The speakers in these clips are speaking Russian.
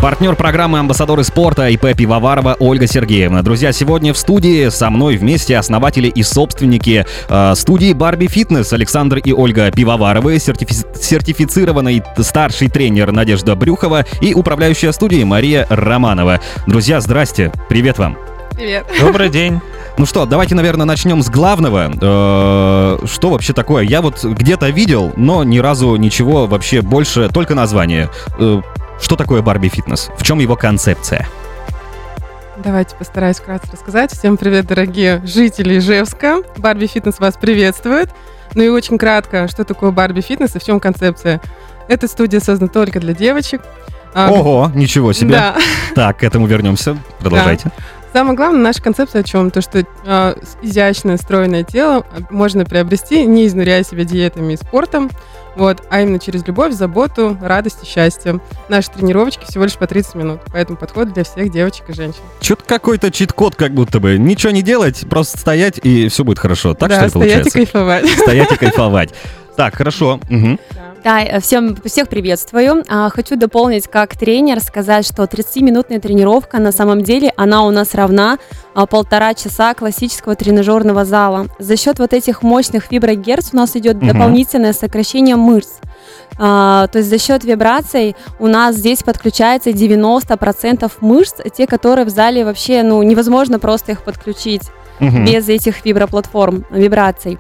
Партнер программы «Амбассадоры спорта» ИП Пивоварова Ольга Сергеевна. Друзья, сегодня в студии со мной вместе основатели и собственники студии «Барби Фитнес» Александр и Ольга Пивоваровы, сертифицированный старший тренер Надежда Брюхова и управляющая студией Мария Романова. Друзья, здрасте, привет вам. Привет. Добрый день. Ну что, давайте, наверное, начнем с главного. Что вообще такое? Я вот где-то видел, но ни разу ничего вообще больше, только название. Что такое Барби Фитнес? В чем его концепция? Давайте постараюсь вкратце рассказать. Всем привет, дорогие жители Ижевска. Барби Фитнес вас приветствует. Ну и очень кратко, что такое Барби Фитнес и в чем концепция. Эта студия создана только для девочек. Ого, ничего себе. Да. Так, к этому вернемся. Продолжайте. Да. Самое главное, наша концепция о чем? То, что изящное, стройное тело можно приобрести, не изнуряя себя диетами и спортом, а именно через любовь, заботу, радость и счастье. Наши тренировочки всего лишь по 30 минут, поэтому подход для всех девочек и женщин. Что-то какой-то чит-код как будто бы. Ничего не делать, просто стоять, и все будет хорошо. Так да, что ли получается? Стоять и кайфовать. Стоять и кайфовать. Так, хорошо. Угу. Да, всех приветствую. Хочу дополнить как тренер, сказать, что 30-минутная тренировка на самом деле, она у нас равна 1,5 часа классического тренажерного зала. За счет вот этих мощных виброгерц у нас идет дополнительное сокращение мышц. То есть за счет вибраций у нас здесь подключается 90% мышц, те, которые в зале вообще невозможно просто их подключить без этих вибраций.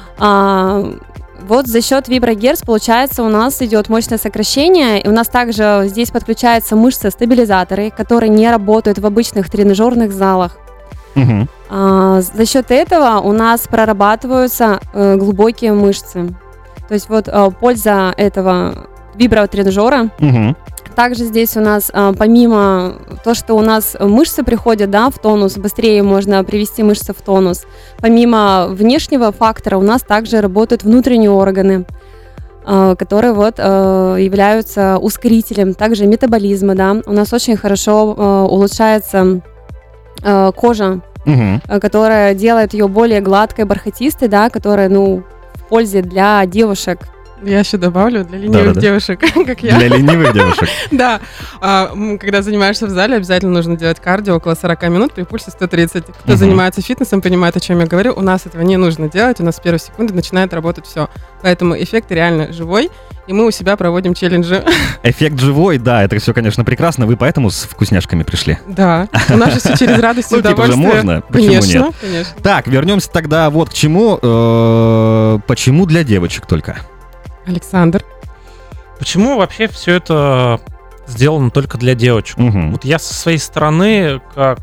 Вот за счет виброгерц, получается, у нас идет мощное сокращение, и у нас также здесь подключаются мышцы-стабилизаторы, которые не работают в обычных тренажерных залах. За счет этого у нас прорабатываются глубокие мышцы. То есть польза этого вибротренажера. Также здесь у нас, помимо того, что у нас мышцы приходят в тонус, быстрее можно привести мышцы в тонус, помимо внешнего фактора у нас также работают внутренние органы, которые являются ускорителем, также метаболизма. У нас очень хорошо улучшается кожа, которая делает ее более гладкой, бархатистой, которая в пользе для девушек. Я еще добавлю, для ленивых девушек, как я. Для ленивых девушек. Да. Когда занимаешься в зале, обязательно нужно делать кардио около 40 минут при пульсе 130. Кто занимается фитнесом, понимает, о чем я говорю. У нас этого не нужно делать. У нас с первой секунды начинает работать все. Поэтому эффект реально живой. И мы у себя проводим челленджи. Эффект живой, да, это все, конечно, прекрасно. Вы поэтому с вкусняшками пришли? Да. У нас же все через радость и удовольствие. Уже можно, почему нет? Конечно. Так, вернемся тогда к чему. Почему для девочек только? Александр. Почему вообще все это сделано только для девочек? Вот я со своей стороны, как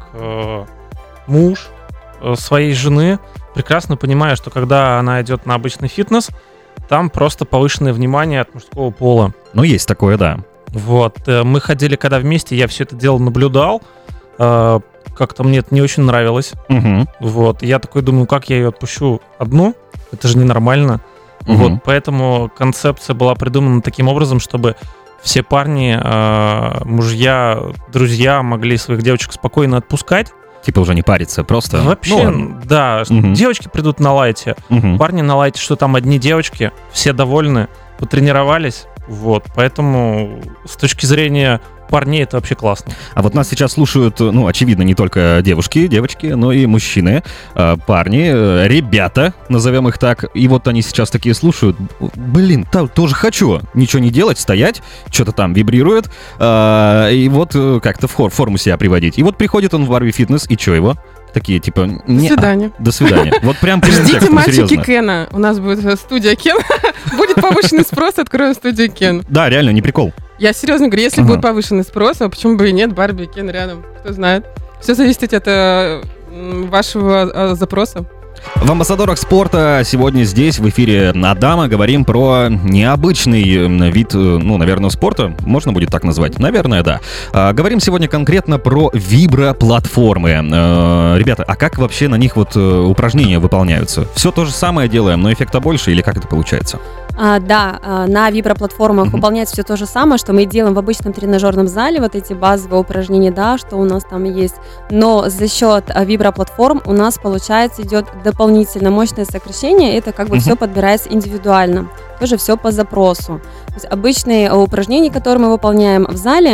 муж своей жены, прекрасно понимаю, что когда она идет на обычный фитнес, там просто повышенное внимание от мужского пола. Есть такое, да. Мы ходили когда вместе, я все это дело наблюдал. Как-то мне это не очень нравилось. Я такой думаю, как я ее отпущу одну? Это же ненормально. Поэтому концепция была придумана таким образом, чтобы все парни, мужья, друзья могли своих девочек спокойно отпускать. Типа уже не париться, просто... Вообще, да. Девочки придут на лайте, парни на лайте, что там одни девочки, все довольны, потренировались. Поэтому с точки зрения парней это вообще классно. А нас сейчас слушают, очевидно, не только девочки, но и мужчины, парни, ребята, назовем их так. И они сейчас такие слушают. Блин, тоже хочу. Ничего не делать, стоять, что-то там вибрирует. И как-то в форму себя приводить. И приходит он в Барби Фитнес, и что его? Такие, типа... До свидания. До свидания. Прям ждите мальчики Кена. У нас будет студия Кен. Будет повышенный спрос, откроем студию Кен. Да, реально, не прикол. Я серьезно говорю, если будет повышенный спрос, почему бы и нет, Барби и Кен рядом, кто знает. Все зависит от вашего запроса. В «Амбассадорах спорта» сегодня здесь, в эфире «Адама», говорим про необычный вид, наверное, спорта. Можно будет так назвать? Наверное, да. Говорим сегодня конкретно про виброплатформы. Ребята, а как вообще на них упражнения выполняются? Все то же самое делаем, но эффекта больше, или как это получается? Да, на виброплатформах выполняется все то же самое, что мы делаем в обычном тренажерном зале, эти базовые упражнения, что у нас там есть. Но за счет виброплатформ у нас, получается, идет дополнительно мощное сокращение. Это все подбирается индивидуально. Тоже все по запросу. То есть обычные упражнения, которые мы выполняем в зале,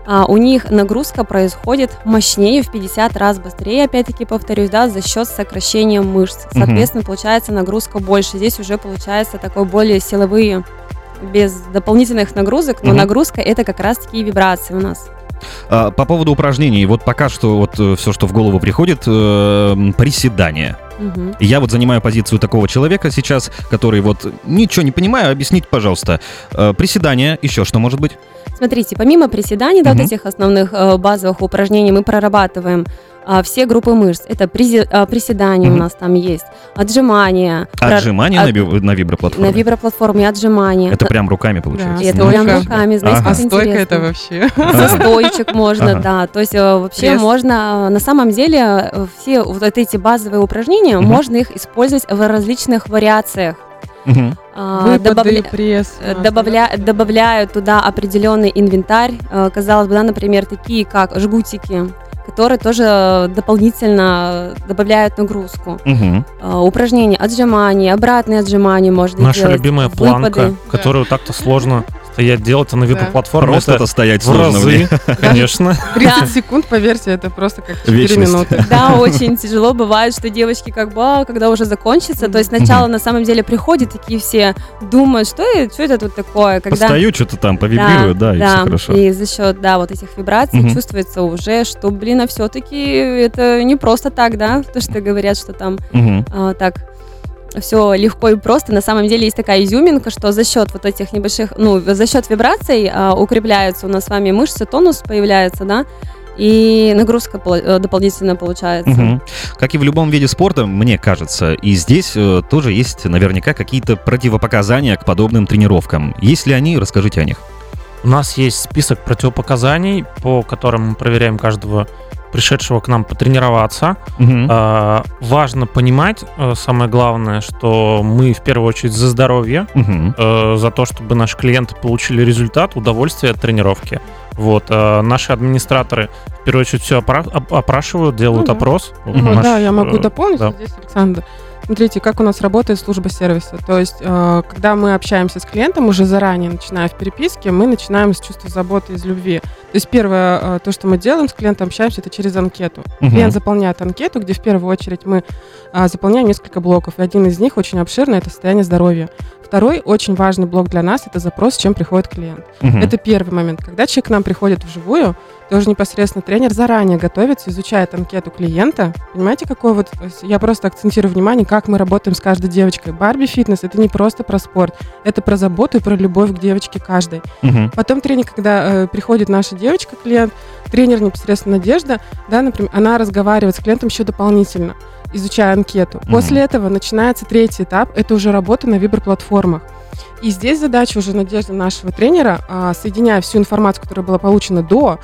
у них нагрузка происходит мощнее, в 50 раз быстрее, опять-таки повторюсь, да, за счет сокращения мышц. Соответственно, получается нагрузка больше. Здесь уже получается такой более силовые, без дополнительных нагрузок, но нагрузка это как раз-таки вибрации у нас. По поводу упражнений, вот пока что вот все, что в голову приходит, приседания. Я вот занимаю позицию такого человека сейчас, который вот ничего не понимаю, объясните, пожалуйста. Приседания, еще что может быть? Смотрите, помимо приседаний, вот этих основных базовых упражнений, мы прорабатываем все группы мышц. Это приседания у нас там есть, отжимания. Отжимания на виброплатформе? На виброплатформе отжимания. Это прям руками получается? Да, это прям руками, знаете, как интересно. Стойка это вообще? Со стоечек можно, да. То есть вообще можно, на самом деле, все вот эти базовые упражнения, можно их использовать в различных вариациях. Выпады, пресс. Добавляют туда определенный инвентарь. Казалось бы, да, например, такие как жгутики, которые тоже дополнительно добавляют нагрузку. Упражнения, отжимания, обратные отжимания можно делать. Наша любимая планка, которую так-то сложно стоять делать, а на видоплатформе просто стоять в разы, конечно. 30 секунд, поверьте, это просто как 4 минуты. Да, очень тяжело бывает, что девочки как бы, когда уже закончится, то есть сначала на самом деле приходят такие все, думают, что это тут такое. Постою, что-то там повибрирую, да, и все хорошо. И за счет, вот этих вибраций чувствуется уже, что, а все-таки это не просто так, да, то, что говорят, что там так все легко и просто. На самом деле есть такая изюминка, что за счет вот этих небольших, за счет вибраций укрепляются у нас с вами мышцы, тонус появляется, да, и нагрузка дополнительно получается. Как и в любом виде спорта, мне кажется, и здесь тоже есть наверняка какие-то противопоказания к подобным тренировкам. Есть ли они? Расскажите о них. У нас есть список противопоказаний, по которым мы проверяем каждого пришедшего к нам потренироваться. Важно понимать, самое главное, что мы в первую очередь за здоровье, за то, чтобы наши клиенты получили результат, удовольствие от тренировки. Наши администраторы в первую очередь все опрашивают, делают опрос. Да, я могу дополнить здесь, Александр. Смотрите, как у нас работает служба сервиса. То есть, когда мы общаемся с клиентом, уже заранее, начиная в переписке, мы начинаем с чувства заботы, из любви. То есть, первое, то, что мы делаем с клиентом, общаемся, это через анкету. Клиент заполняет анкету, где в первую очередь мы заполняем несколько блоков. И один из них очень обширный, это состояние здоровья. Второй очень важный блок для нас – это запрос, с чем приходит клиент. Это первый момент. Когда человек к нам приходит вживую, то уже непосредственно тренер заранее готовится, изучает анкету клиента. Понимаете, какой я просто акцентирую внимание, как мы работаем с каждой девочкой. Барби фитнес – это не просто про спорт, это про заботу и про любовь к девочке каждой. Потом тренер, когда приходит наша девочка-клиент, тренер непосредственно Надежда, да, например, она разговаривает с клиентом еще дополнительно, изучая анкету. После этого начинается третий этап, это уже работа на виброплатформах. И здесь задача уже Надежды, нашего тренера, соединяя всю информацию, которая была получена до,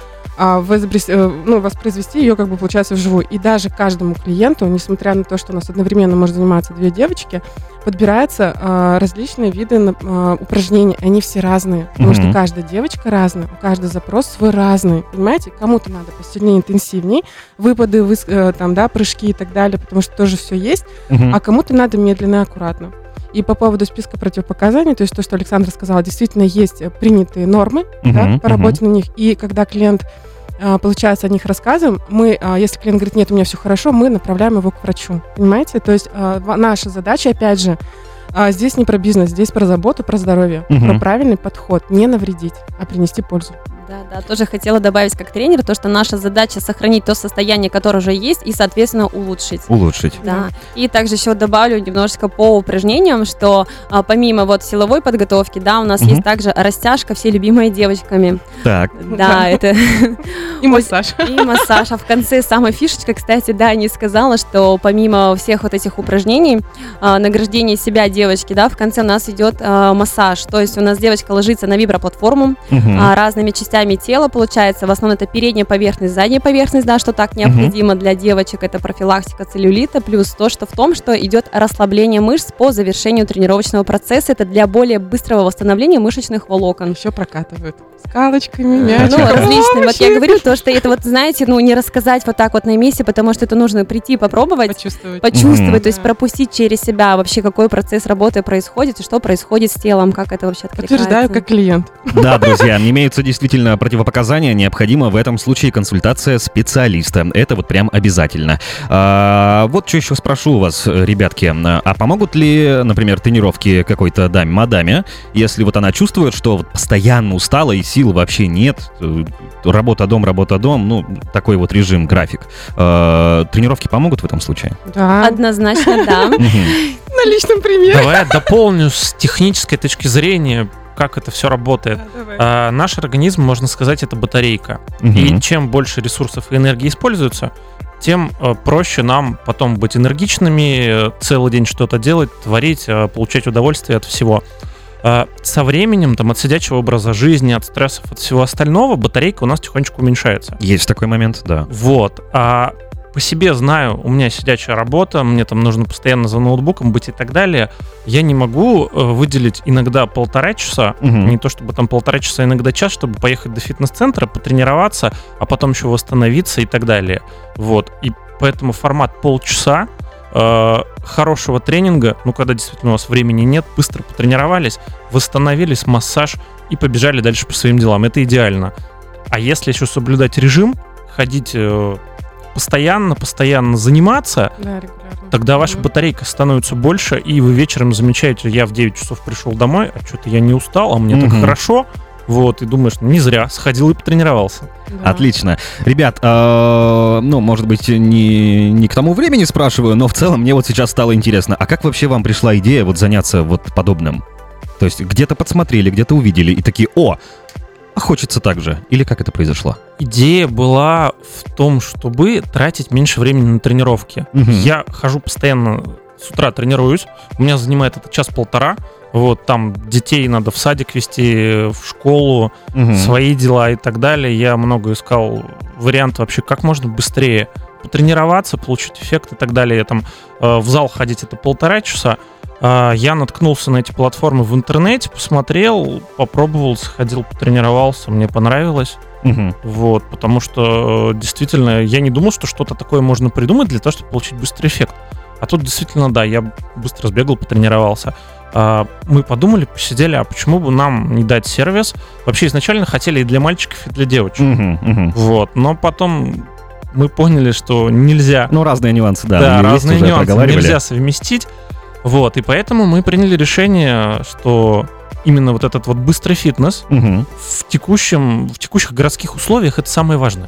воспроизвести ее, получается, вживую. И даже каждому клиенту, несмотря на то, что у нас одновременно может заниматься 2 девочки, подбираются различные виды упражнений. Они все разные, потому что каждая девочка разная, у каждого запрос свой разный. Понимаете? Кому-то надо посильнее, интенсивнее, выпады, прыжки и так далее, потому что тоже все есть, а кому-то надо медленно и аккуратно. И по поводу списка противопоказаний, то есть то, что Александр сказал, действительно есть принятые нормы по работе на них. И когда клиент, получается, о них рассказываем, мы, если клиент говорит, нет, у меня все хорошо, мы направляем его к врачу. Понимаете? То есть наша задача, опять же, здесь не про бизнес, здесь про заботу, про здоровье, про правильный подход, не навредить, а принести пользу. Да, тоже хотела добавить как тренер, то, что наша задача сохранить то состояние, которое уже есть, и, соответственно, улучшить. Да. И также еще добавлю немножечко по упражнениям, что помимо силовой подготовки, да, у нас есть также растяжка, все любимые девочками. Так. Да, это... И массаж. И массаж. А в конце самая фишечка, кстати, да, не сказала, что помимо всех этих упражнений, награждения себя девочки, да, в конце у нас идет массаж. То есть у нас девочка ложится на виброплатформу разными частями тела, получается, в основном это передняя поверхность, задняя поверхность, да, что так необходимо для девочек, это профилактика целлюлита, плюс то, что в том, что идет расслабление мышц по завершению тренировочного процесса, это для более быстрого восстановления мышечных волокон. Еще прокатывают скалочками, мячиком. Различные, я говорю, То, что это вот, знаете, не рассказать вот так вот на месте, потому что это нужно прийти, попробовать, почувствовать, то есть пропустить через себя вообще, какой процесс работы происходит и что происходит с телом, как это вообще откликается. Подтверждаю, как клиент. Да, друзья, имеются действительно противопоказания, необходима в этом случае консультация специалиста. Это вот прям обязательно. Вот что еще спрошу у вас, ребятки. А помогут ли, например, тренировки какой-то мадаме, если вот она чувствует, что вот постоянно устала и сил вообще нет, работа-дом, такой вот режим, график. Тренировки помогут в этом случае? Да. Однозначно, да. На личном примере. Давай я дополню с технической точки зрения, как это все работает. Наш организм, можно сказать, это батарейка. И чем больше ресурсов и энергии используется, тем проще нам потом быть энергичными, целый день что-то делать, творить, получать удовольствие от всего. Со временем, от сидячего образа жизни, от стрессов, от всего остального, батарейка у нас тихонечко уменьшается. Есть такой момент, да. Вот. По себе знаю, у меня сидячая работа, мне там нужно постоянно за ноутбуком быть и так далее. Я не могу выделить иногда 1,5 часа, не то чтобы там 1,5 часа, иногда час, чтобы поехать до фитнес-центра, потренироваться, а потом еще восстановиться и так далее. Вот. И поэтому формат полчаса хорошего тренинга, когда действительно у вас времени нет, быстро потренировались, восстановились, массаж и побежали дальше по своим делам. Это идеально. А если еще соблюдать режим, ходить постоянно заниматься, тогда ваша батарейка становится больше, и вы вечером замечаете, я в 9 часов пришел домой, а что-то я не устал, а мне так хорошо. Вот, и думаешь, не зря сходил и потренировался. Да. Отлично. Ребят, может быть, не к тому времени спрашиваю, но в целом мне вот сейчас стало интересно, а как вообще вам пришла идея вот заняться вот подобным? То есть где-то подсмотрели, где-то увидели и такие, а хочется так же? Или как это произошло? Идея была в том, чтобы тратить меньше времени на тренировки. Я хожу постоянно, с утра тренируюсь, у меня занимает это час-полтора. Вот, там детей надо в садик везти, в школу, свои дела и так далее. Я много искал вариант вообще, как можно быстрее потренироваться, получить эффект и так далее. Я там в зал ходить это 1,5 часа. Я наткнулся на эти платформы в интернете, посмотрел, попробовал, сходил, потренировался, мне понравилось. Вот, потому что действительно я не думал, что что-то такое можно придумать для того, чтобы получить быстрый эффект. А тут действительно, да, я быстро сбегал, потренировался. Мы подумали, посидели, а почему бы нам не дать сервис? Вообще изначально хотели и для мальчиков, и для девочек. Вот, но потом мы поняли, что нельзя. Разные нюансы, да. Да, разные нюансы нельзя совместить. Вот, и поэтому мы приняли решение, что именно вот этот вот быстрый фитнес в текущих городских условиях это самое важное.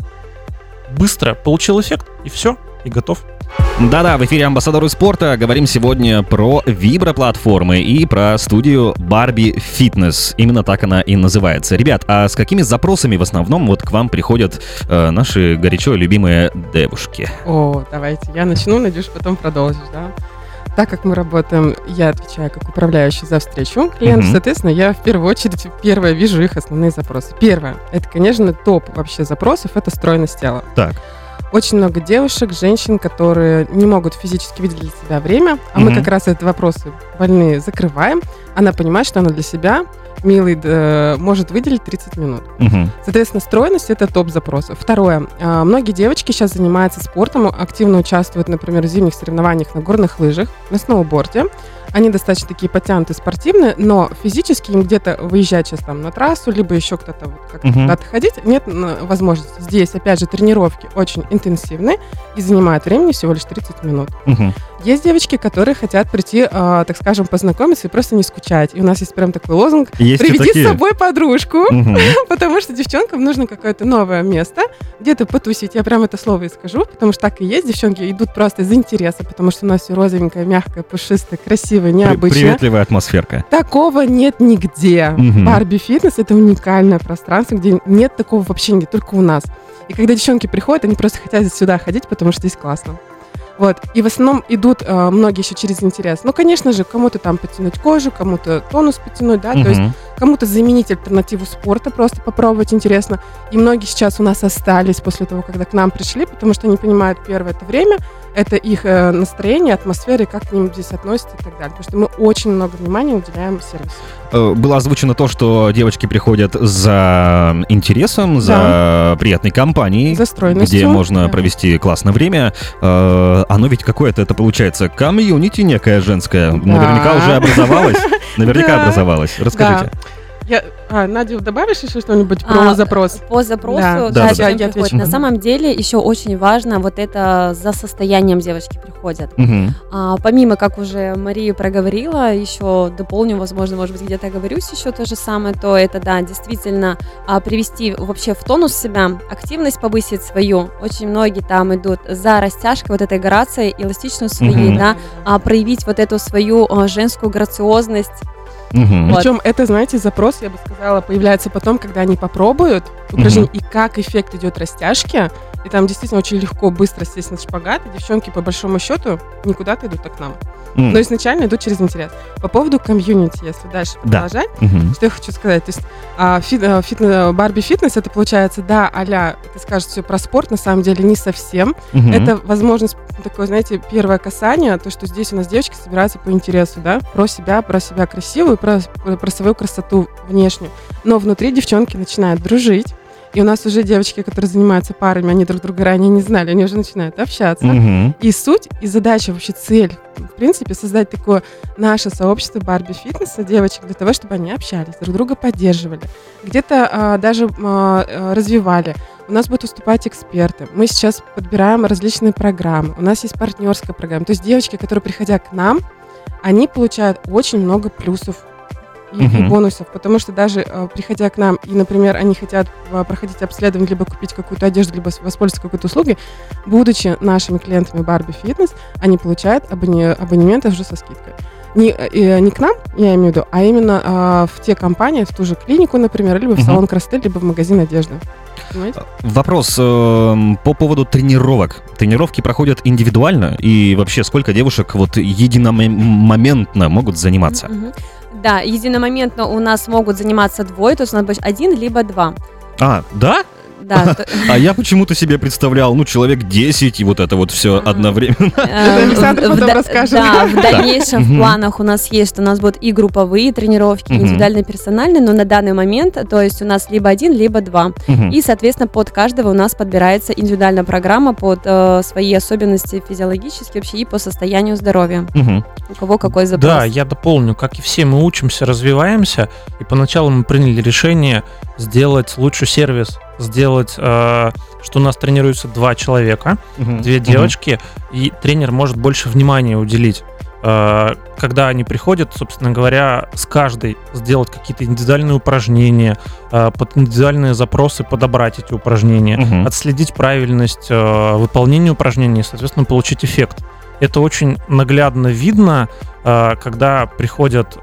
Быстро получил эффект, и все, и готов. Да-да, в эфире «Амбассадоры спорта». Говорим сегодня про виброплатформы и про студию Barbie Fitness. Именно так она и называется. Ребят, а с какими запросами в основном вот к вам приходят наши горячо любимые девушки? Давайте я начну, Надюш, потом продолжишь, да? Так как мы работаем, я отвечаю как управляющий за встречу клиентов, соответственно, я в первую очередь вижу их основные запросы. Первое, это, конечно, топ вообще запросов, это стройность тела. Так. Очень много девушек, женщин, которые не могут физически выделить для себя время, а мы как раз эти вопросы больные закрываем. Она понимает, что она для себя, милый, может выделить 30 минут. Соответственно, стройность – это топ запросов. Второе. Многие девочки сейчас занимаются спортом, активно участвуют, например, в зимних соревнованиях на горных лыжах, на сноуборде. Они достаточно такие подтянутые, спортивные, но физически им где-то выезжать сейчас там на трассу, либо еще кто-то куда-то ходить, нет возможности. Здесь, опять же, тренировки очень интенсивные и занимают времени всего лишь 30 минут. Есть девочки, которые хотят прийти, так скажем, познакомиться и просто не скучать. И у нас есть прям такой лозунг «Приведи с собой подружку», потому что девчонкам нужно какое-то новое место, где-то потусить. Я прям это слово и скажу, потому что так и есть. Девчонки идут просто из интереса, потому что у нас все розовенькое, мягкое, пушистое, красивое, необычное. Приветливая атмосферка. Такого нет нигде. Barbie Fitness — это уникальное пространство, где нет такого вообще нигде, только у нас. И когда девчонки приходят, они просто хотят сюда ходить, потому что здесь классно. Вот. И в основном идут многие еще через интерес. Ну, конечно же, кому-то там подтянуть кожу, кому-то тонус подтянуть, да, то есть кому-то заменить альтернативу спорта, просто попробовать интересно. И многие сейчас у нас остались после того, когда к нам пришли, потому что они понимают, первое, это время, это их настроение, атмосфера, как к ним здесь относятся и так далее. Потому что мы очень много внимания уделяем сервису. Было озвучено то, что девочки приходят за интересом, за приятной компанией, за стройностью, где можно провести классное время. Оно ведь какое-то это получается комьюнити некое женское. Да. Наверняка уже образовалось. Наверняка образовалось. Расскажите. Надя, добавишь еще что-нибудь про запрос? По запросу, да, я отвечу. На самом деле еще очень важно вот это за состоянием девочки приходят. Помимо, как уже Мария проговорила, еще дополню, возможно, может быть, где-то оговорюсь еще то же самое, то это, да, действительно привести вообще в тонус себя, активность повысить свою. Очень многие там идут за растяжкой вот этой грацией, эластичность своей, да, проявить вот эту свою женскую грациозность. Причем это, знаете, запрос, я бы сказала, появляется потом, когда они попробуют упражнение, и как эффект идет растяжки, и там действительно очень легко, быстро сесть на шпагат, и девчонки, по большому счету, не куда-то идут, а к нам. Но изначально идут через интерес. По поводу комьюнити, если дальше продолжать, что я хочу сказать, то есть Барби фитнес, это получается, да, а-ля, ты скажешь все про спорт, на самом деле не совсем. Это возможность, такое, знаете, первое касание, то, что здесь у нас девочки собираются по интересу, да, про себя красивую, про свою красоту внешнюю. Но внутри девчонки начинают дружить. И у нас уже девочки, которые занимаются парами, они друг друга ранее не знали, они уже начинают общаться. И суть, и задача, вообще цель, в принципе, создать такое наше сообщество Барби фитнеса девочек для того, чтобы они общались, друг друга поддерживали, где-то даже развивали. У нас будут выступать эксперты. Мы сейчас подбираем различные программы. У нас есть партнерская программа. То есть девочки, которые, приходя к нам, они получают очень много плюсов и бонусов, потому что даже приходя к нам, и, например, они хотят проходить обследование, либо купить какую-то одежду, либо воспользоваться какой-то услугой, будучи нашими клиентами Барби Фитнес, они получают абонементы уже со скидкой. Не к нам, я имею в виду, а именно в те компании, в ту же клинику, например, либо в салон красоты, либо в магазин одежды. Понимаете? Вопрос по поводу тренировок. Тренировки проходят индивидуально, и вообще сколько девушек вот единомоментно могут заниматься? Да, единомоментно у нас могут заниматься двое, то есть у нас будет один либо два. Да? Да. А я почему-то себе представлял, человек 10, и вот это вот все одновременно. Александр потом расскажет. Да, в дальнейшем в планах у нас есть, что у нас будут и групповые тренировки, индивидуальные, персональные, но на данный момент, то есть у нас либо один, либо два. И, соответственно, под каждого у нас подбирается индивидуальная программа под свои особенности физиологические вообще и по состоянию здоровья. У кого какой запрос. Да, я дополню, как и все, мы учимся, развиваемся, и поначалу мы приняли решение сделать лучший сервис, сделать, что у нас тренируются 2 человека, 2 девочки, и тренер может больше внимания уделить. Когда они приходят, собственно говоря, с каждой сделать какие-то индивидуальные упражнения, под индивидуальные запросы подобрать эти упражнения, отследить правильность выполнения упражнений и, соответственно, получить эффект. Это очень наглядно видно, когда приходят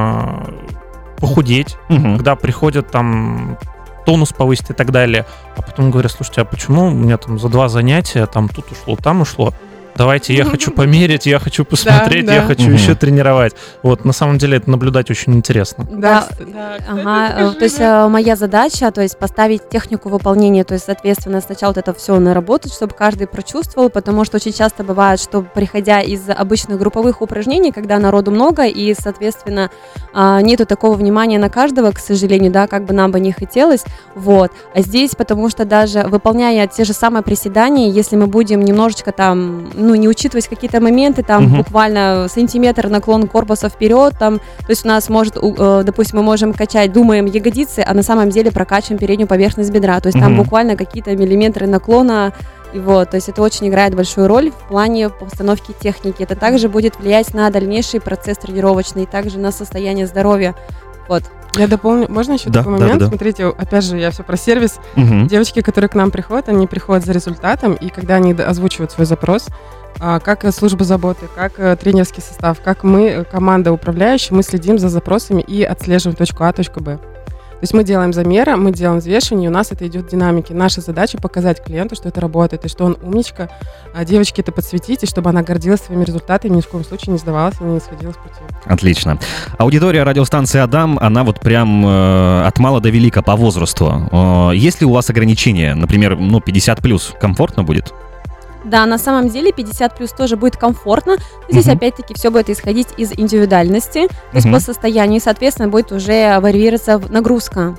похудеть, когда приходят там тонус повысить и так далее, а потом говорят: слушайте, а почему у меня там за 2 занятия там тут ушло, там ушло? Давайте, я хочу померить, я хочу посмотреть, я хочу еще тренировать. Вот, на самом деле, это наблюдать очень интересно. Да. То есть моя задача, то есть поставить технику выполнения, то есть, соответственно, сначала вот это все наработать, чтобы каждый прочувствовал, потому что очень часто бывает, что, приходя из обычных групповых упражнений, когда народу много, и, соответственно, нету такого внимания на каждого, к сожалению, да, как бы нам бы не хотелось, вот. А здесь, потому что даже выполняя те же самые приседания, если мы будем немножечко там, не учитывать какие-то моменты, там буквально сантиметр наклон корпуса вперед, там, то есть у нас может, допустим, мы можем качать, думаем, ягодицы, а на самом деле прокачиваем переднюю поверхность бедра, то есть там буквально какие-то миллиметры наклона, и вот, то есть это очень играет большую роль в плане постановки техники. Это также будет влиять на дальнейший процесс тренировочный, также на состояние здоровья. Вот. Я дополню, можно еще такой момент? Смотрите, опять же, я все про сервис. Девочки, которые к нам приходят, они приходят за результатом, и когда они озвучивают свой запрос, как служба заботы, как тренерский состав, как мы, команда управляющая, мы следим за запросами и отслеживаем точку А, точку Б. То есть мы делаем замеры, мы делаем взвешивание, у нас это идет в динамике. Наша задача показать клиенту, что это работает, и что он умничка, а девочке это подсветить, и чтобы она гордилась своими результатами, ни в коем случае не сдавалась и не сходила с пути. Отлично. Аудитория радиостанции «Адам», она вот прям от мала до велика по возрасту. Есть ли у вас ограничения? Например, 50+, комфортно будет? Да, на самом деле 50+ тоже будет комфортно. Здесь опять-таки все будет исходить из индивидуальности, то есть по состоянию, и, соответственно, будет уже варьироваться нагрузка.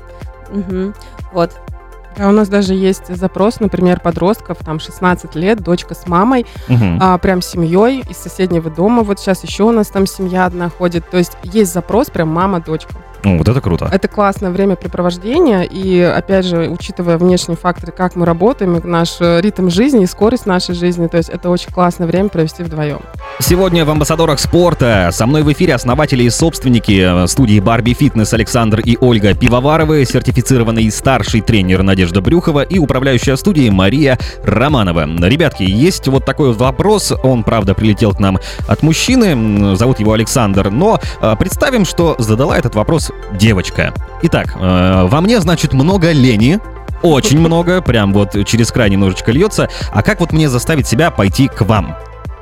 Вот. Да, у нас даже есть запрос, например, подростков, там 16 лет, дочка с мамой, прям семьей из соседнего дома. Вот сейчас еще у нас там семья одна ходит. То есть есть запрос прям мама-дочка. Вот это круто. Это классное времяпрепровождение, и, опять же, учитывая внешние факторы, как мы работаем, и наш ритм жизни, и скорость нашей жизни, то есть это очень классное время провести вдвоем. Сегодня в «Амбассадорах спорта» со мной в эфире основатели и собственники студии «Барби Фитнес» Александр и Ольга Пивоваровы, сертифицированный старший тренер Надежда Брюхова и управляющая студией Мария Романова. Ребятки, есть вот такой вот вопрос, он, правда, прилетел к нам от мужчины, зовут его Александр, но представим, что задала этот вопрос девочка. Итак, во мне, значит, много лени, очень много, прям вот через край немножечко льется. А как вот мне заставить себя пойти к вам?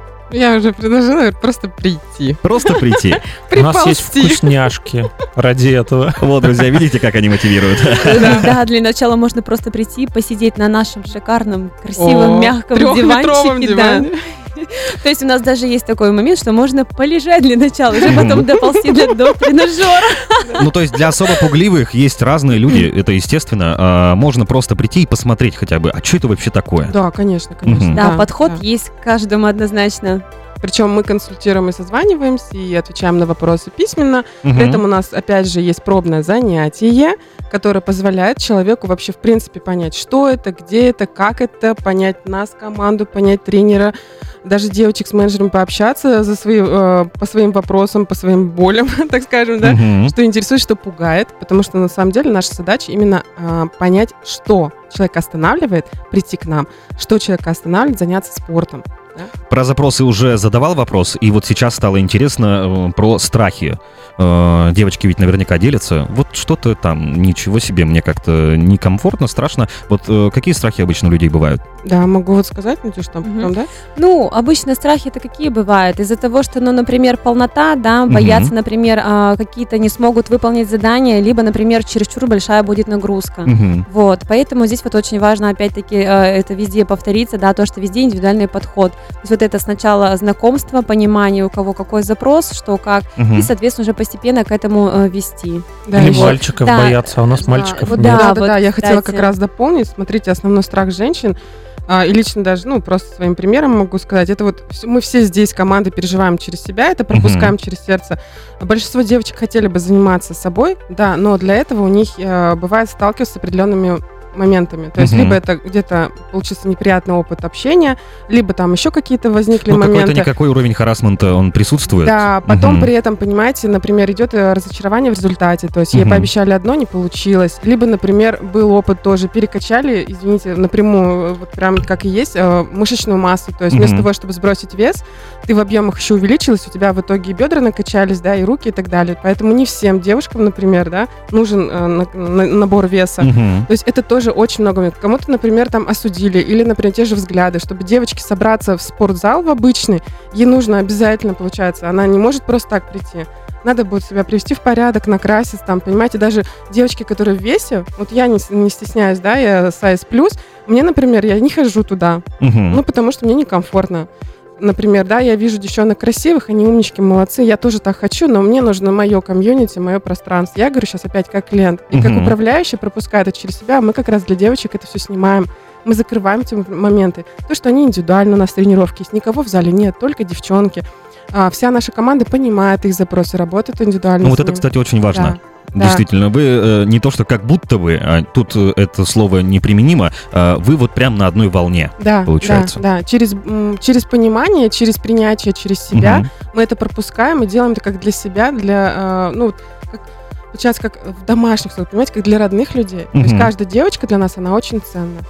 Я уже предложила просто прийти. Просто прийти. У нас есть вкусняшки ради этого. Вот, друзья, видите, как они мотивируют? Да, для начала можно просто прийти, посидеть на нашем шикарном, красивом, мягком диванчике. То есть у нас даже есть такой момент, что можно полежать для начала, уже потом доползти до тренажера. Ну, то есть для особо пугливых есть разные люди, это естественно. Можно просто прийти и посмотреть хотя бы, а что это вообще такое? Да, конечно, конечно. Да, подход есть к каждому однозначно. Причем мы консультируем и созваниваемся, и отвечаем на вопросы письменно. При этом у нас, опять же, есть пробное занятие, которое позволяет человеку вообще, в принципе, понять, что это, где это, как это, понять нас, команду, понять тренера, даже девочек с менеджером пообщаться по своим вопросам, по своим болям, так скажем, да, что интересует, что пугает, потому что, на самом деле, наша задача именно понять, что человека останавливает прийти к нам, что человека останавливает заняться спортом. Да? Про запросы уже задавал вопрос, и вот сейчас стало интересно про страхи. Девочки ведь наверняка делятся. Вот что-то там, ничего себе, мне как-то некомфортно, страшно. Вот какие страхи обычно у людей бывают? Да, могу вот сказать, Надюш, там потом, да? Ну, обычно страхи-то какие бывают? Из-за того, что, ну, например, полнота, да, боятся, например, какие-то не смогут выполнить задания, либо, например, чересчур большая будет нагрузка. Вот, поэтому здесь вот очень важно, опять-таки, это везде повториться, да, то, что везде индивидуальный подход. То есть вот это сначала знакомство, понимание, у кого какой запрос, что как, и, соответственно, уже постепенно к этому вести. Да, и мальчиков боятся, а у нас мальчиков нет. Да, я хотела как раз дополнить. Смотрите, основной страх женщин, и лично даже, ну, просто своим примером могу сказать, это вот мы все здесь, команды, переживаем через себя, это пропускаем через сердце. Большинство девочек хотели бы заниматься собой, да, но для этого у них бывает сталкиваться с определенными моментами. То есть либо это где-то получился неприятный опыт общения, либо там еще какие-то возникли моменты. Какой-то никакой уровень харассмента, он присутствует. Да, потом при этом, понимаете, например, идет разочарование в результате. То есть ей пообещали одно, не получилось. Либо, например, был опыт тоже, перекачали, извините, напрямую, вот прям как и есть, мышечную массу. То есть вместо того, чтобы сбросить вес, ты в объемах еще увеличилась, у тебя в итоге и бедра накачались, да, и руки и так далее. Поэтому не всем девушкам, например, да, нужен набор веса. То есть это тоже очень много. Кому-то, например, там осудили, или, например, те же взгляды. Чтобы девочке собраться в спортзал в обычный, ей нужно обязательно, получается, она не может просто так прийти. Надо будет себя привести в порядок, накраситься, там, понимаете, даже девочки, которые в весе, вот я не стесняюсь, да, я size plus, мне, например, я не хожу туда, ну, потому что мне некомфортно. Например, да, я вижу девчонок красивых, они умнички, молодцы, я тоже так хочу, но мне нужно мое комьюнити, мое пространство. Я говорю сейчас опять как клиент. И как управляющий пропускает это через себя, мы как раз для девочек это все снимаем. Мы закрываем эти моменты. То, что они индивидуально у нас тренировки есть, никого в зале нет, только девчонки. Вся наша команда понимает их запросы, работает индивидуально. Ну вот это, кстати, очень важно. Да. Действительно, вы не то, что как будто бы, тут это слово неприменимо, вы вот прям на одной волне, получается. Да. Через понимание, через принятие, через себя мы это пропускаем и делаем это как для себя, для, получается, как в домашних, понимаете, как для родных людей. То есть каждая девочка для нас, она очень ценна.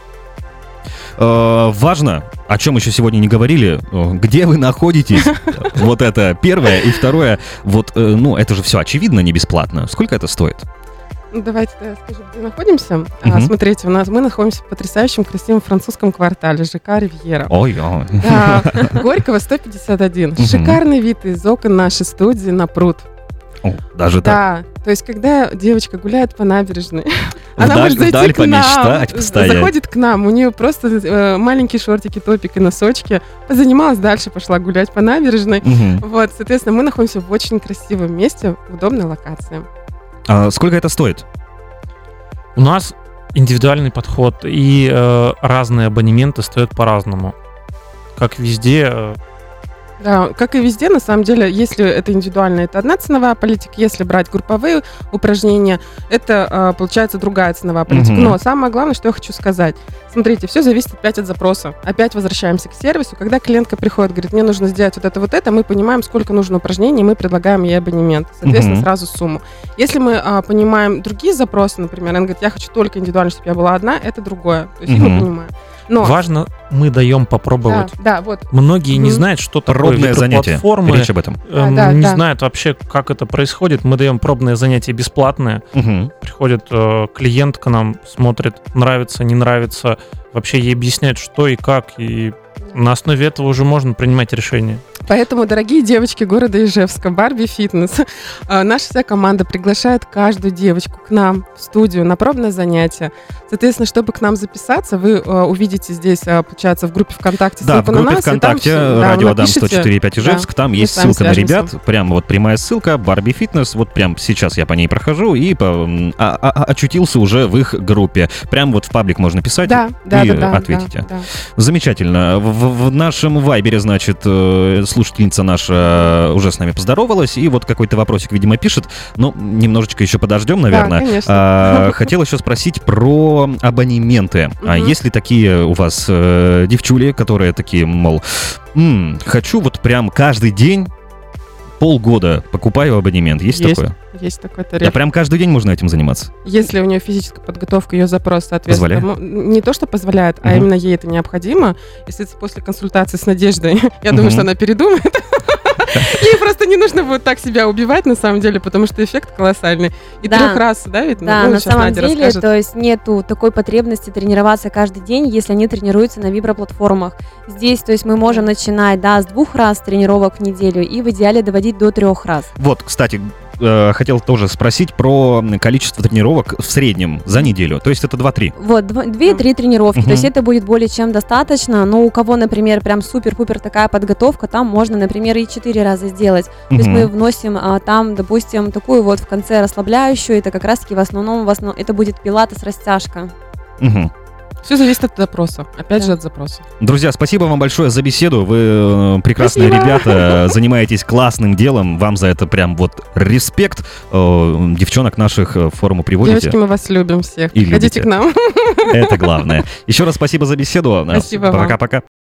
Важно, о чем еще сегодня не говорили, где вы находитесь, вот это первое, и второе, вот, это же все очевидно, не бесплатно. Сколько это стоит? Давайте я скажу, где находимся. Смотрите, мы находимся в потрясающем, красивом французском квартале ЖК «Ривьера». Ой-ой. Да, Горького, 151. Шикарный вид из окон нашей студии на пруд. О, даже так? Да, то То есть, когда девочка гуляет по набережной, она Вдаль- может зайти вдаль к нам, помечтать, постоять. заходит к нам, у нее просто маленькие шортики, топик и носочки, позанималась дальше, пошла гулять по набережной. Мгм. Вот, соответственно, мы находимся в очень красивом месте, в удобной локации. А сколько это стоит? У нас индивидуальный подход, и разные абонементы стоят по-разному. Как везде, Да, как и везде, на самом деле, если это индивидуально, это одна ценовая политика. Если брать групповые упражнения, это получается другая ценовая политика. Мгм. Но самое главное, что я хочу сказать. Смотрите, все зависит опять от запроса. Опять возвращаемся к сервису. Когда клиентка приходит, говорит, мне нужно сделать вот это, мы понимаем, сколько нужно упражнений, мы предлагаем ей абонемент. Соответственно, Мгм. сразу сумму. Если мы понимаем другие запросы, например, она говорит, я хочу только индивидуально, чтобы я была одна, это другое. То есть Мгм. мы понимаем. Но, важно, мы даем попробовать. да, вот. Многие не Мгм. знают, что такое Пробное занятие. платформы, Речь об этом. Да, не да. знают вообще, как это происходит. Мы даем пробные занятия бесплатные. Мгм. Приходит клиент к нам, смотрит, нравится, не нравится, вообще ей объясняет, что и как, и на основе этого уже можно принимать решения. Поэтому, дорогие девочки города Ижевска, Барби Фитнес, наша вся команда приглашает каждую девочку к нам в студию на пробное занятие. Соответственно, чтобы к нам записаться, вы увидите здесь, получается, в группе ВКонтакте Да, в ссылку на группе нас. и там ВКонтакте всё, да, «Радио Адам напишите. 104.5 Ижевск», там есть с вами ссылка на ребят, свяжемся. прям вот прямая ссылка, Барби Фитнес, вот прям сейчас я по ней прохожу и очутился уже в их группе. Прям вот в паблик можно писать Да, и да, ответите. да. Замечательно. В нашем вайбере, значит, слушательница наша уже с нами поздоровалась, и вот какой-то вопросик, видимо, пишет. Ну, немножечко еще подождем, наверное. Да, конечно. Хотел еще спросить про абонементы. А Мгм. есть ли такие у вас девчули, которые такие, мол, хочу вот прям каждый день, полгода покупаю абонемент. Есть такое? Есть такой Да тариф. прям каждый день можно этим заниматься? Если у нее физическая подготовка, ее запрос, соответственно, не то, что позволяет, а Мгм. именно ей это необходимо. Если после консультации с Надеждой, я думаю, Мгм. что она передумает. Ей просто не нужно будет так себя убивать, на самом деле, потому что эффект колоссальный. И Да. 3 раз, да, ведь? Да, Ну, на сейчас самом Надя деле, расскажет. то есть нету такой потребности тренироваться каждый день, если они тренируются на виброплатформах. Здесь, то есть мы можем начинать, да, с 2 раз тренировок в неделю и в идеале доводить до 3 раз. Вот, кстати, хотел тоже спросить про количество тренировок в среднем за неделю. То есть это 2-3. Вот, 2-3 тренировки, Мгм. то есть это будет более чем достаточно, но у кого, например, прям супер-пупер такая подготовка, там можно, например, и 4 раза сделать. То есть мы вносим там, допустим, такую вот в конце расслабляющую, это как раз-таки в основном это будет пилатес-растяжка. Мгм. Все зависит от запроса. Опять Да. же, от запроса. Друзья, спасибо вам большое за беседу. Вы прекрасные Спасибо. ребята, занимаетесь классным делом. Вам за это прям вот респект. Девчонок наших в форму приводите. Девочки, мы вас любим всех. И любите. Ходите к нам. Это главное. Еще раз спасибо за беседу. Спасибо вам. Пока-пока.